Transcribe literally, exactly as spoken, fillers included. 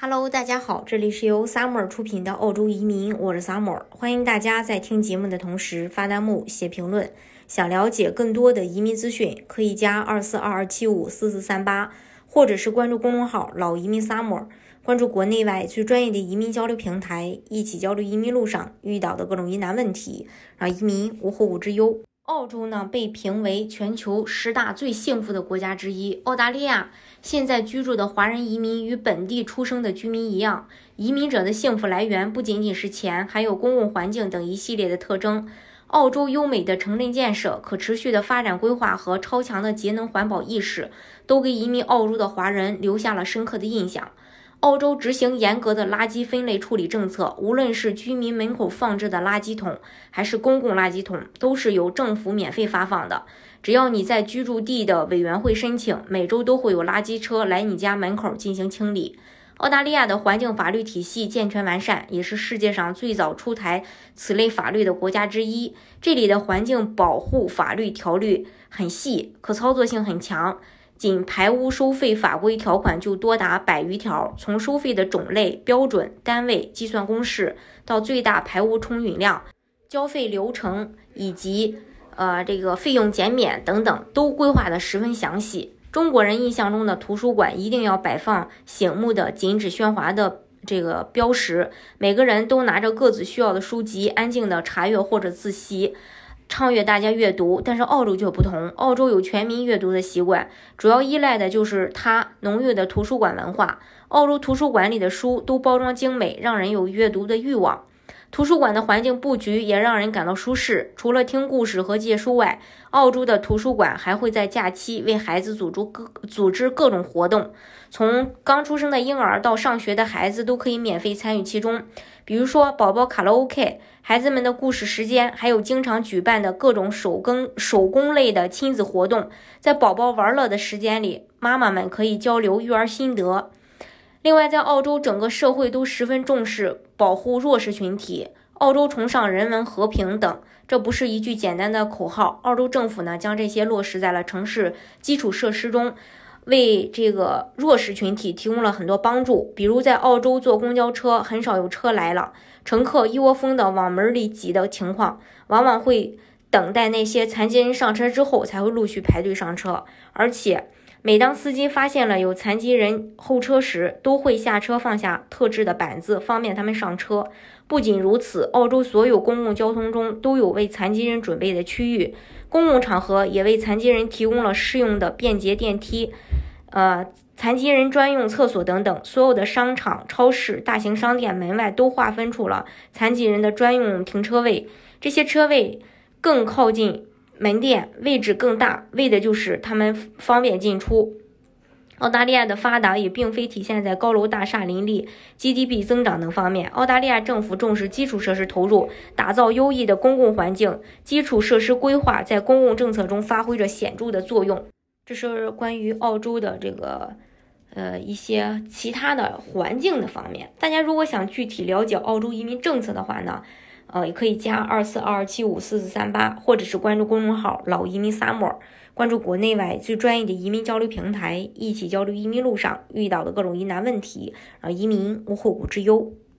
Hello，大家好，这里是由 Summer 出品的澳洲移民，我是 Summer， 欢迎大家在听节目的同时发弹幕、写评论。想了解更多的移民资讯，可以加二四二二七五四四三八，或者是关注公众号老移民 Summer， 关注国内外最专业的移民交流平台，一起交流移民路上遇到的各种疑难问题，让移民无后顾之忧。澳洲呢被评为全球十大最幸福的国家之一。澳大利亚现在居住的华人移民与本地出生的居民一样，移民者的幸福来源不仅仅是钱，还有公共环境等一系列的特征。澳洲优美的城镇建设、可持续的发展规划和超强的节能环保意识，都给移民澳洲的华人留下了深刻的印象。澳洲执行严格的垃圾分类处理政策，无论是居民门口放置的垃圾桶，还是公共垃圾桶，都是由政府免费发放的。只要你在居住地的委员会申请，每周都会有垃圾车来你家门口进行清理。澳大利亚的环境法律体系健全完善，也是世界上最早出台此类法律的国家之一。这里的环境保护法律条例很细，可操作性很强。仅排污收费法规条款就多达百余条，从收费的种类、标准、单位、计算公式到最大排污冲允量、交费流程以及呃这个费用减免等等，都规划得十分详细。中国人印象中的图书馆一定要摆放醒目的禁止喧哗的这个标识，每个人都拿着各自需要的书籍，安静的查阅或者自习。畅悦大家阅读，但是澳洲就不同，澳洲有全民阅读的习惯，主要依赖的就是它浓郁的图书馆文化。澳洲图书馆里的书都包装精美，让人有阅读的欲望。图书馆的环境布局也让人感到舒适，除了听故事和借书外，澳洲的图书馆还会在假期为孩子组织各组织各种活动，从刚出生的婴儿到上学的孩子都可以免费参与其中。比如说宝宝卡拉 OK， 孩子们的故事时间，还有经常举办的各种手工手工类的亲子活动。在宝宝玩乐的时间里，妈妈们可以交流育儿心得。另外，在澳洲整个社会都十分重视保护弱势群体，澳洲崇尚人文和平等，这不是一句简单的口号。澳洲政府呢，将这些落实在了城市基础设施中，为这个弱势群体提供了很多帮助。比如在澳洲坐公交车，很少有车来了，乘客一窝蜂的往门里挤的情况，往往会等待那些残疾人上车之后才会陆续排队上车。而且每当司机发现了有残疾人候车时，都会下车放下特制的板子，方便他们上车。不仅如此，澳洲所有公共交通中都有为残疾人准备的区域，公共场合也为残疾人提供了适用的便捷电梯、呃残疾人专用厕所等等。所有的商场、超市、大型商店门外都划分出了残疾人的专用停车位，这些车位更靠近门店，位置更大，为的就是他们方便进出。澳大利亚的发达也并非体现在高楼大厦林立、G D P 增长等方面。澳大利亚政府重视基础设施投入，打造优异的公共环境，基础设施规划在公共政策中发挥着显著的作用。这是关于澳洲的这个呃一些其他的环境的方面。大家如果想具体了解澳洲移民政策的话呢，呃，也可以加二四二二七五四四三八，或者是关注公众号老移民 Summer， 关注国内外最专业的移民交流平台，一起交流移民路上遇到的各种疑难问题，让移民无后顾之忧。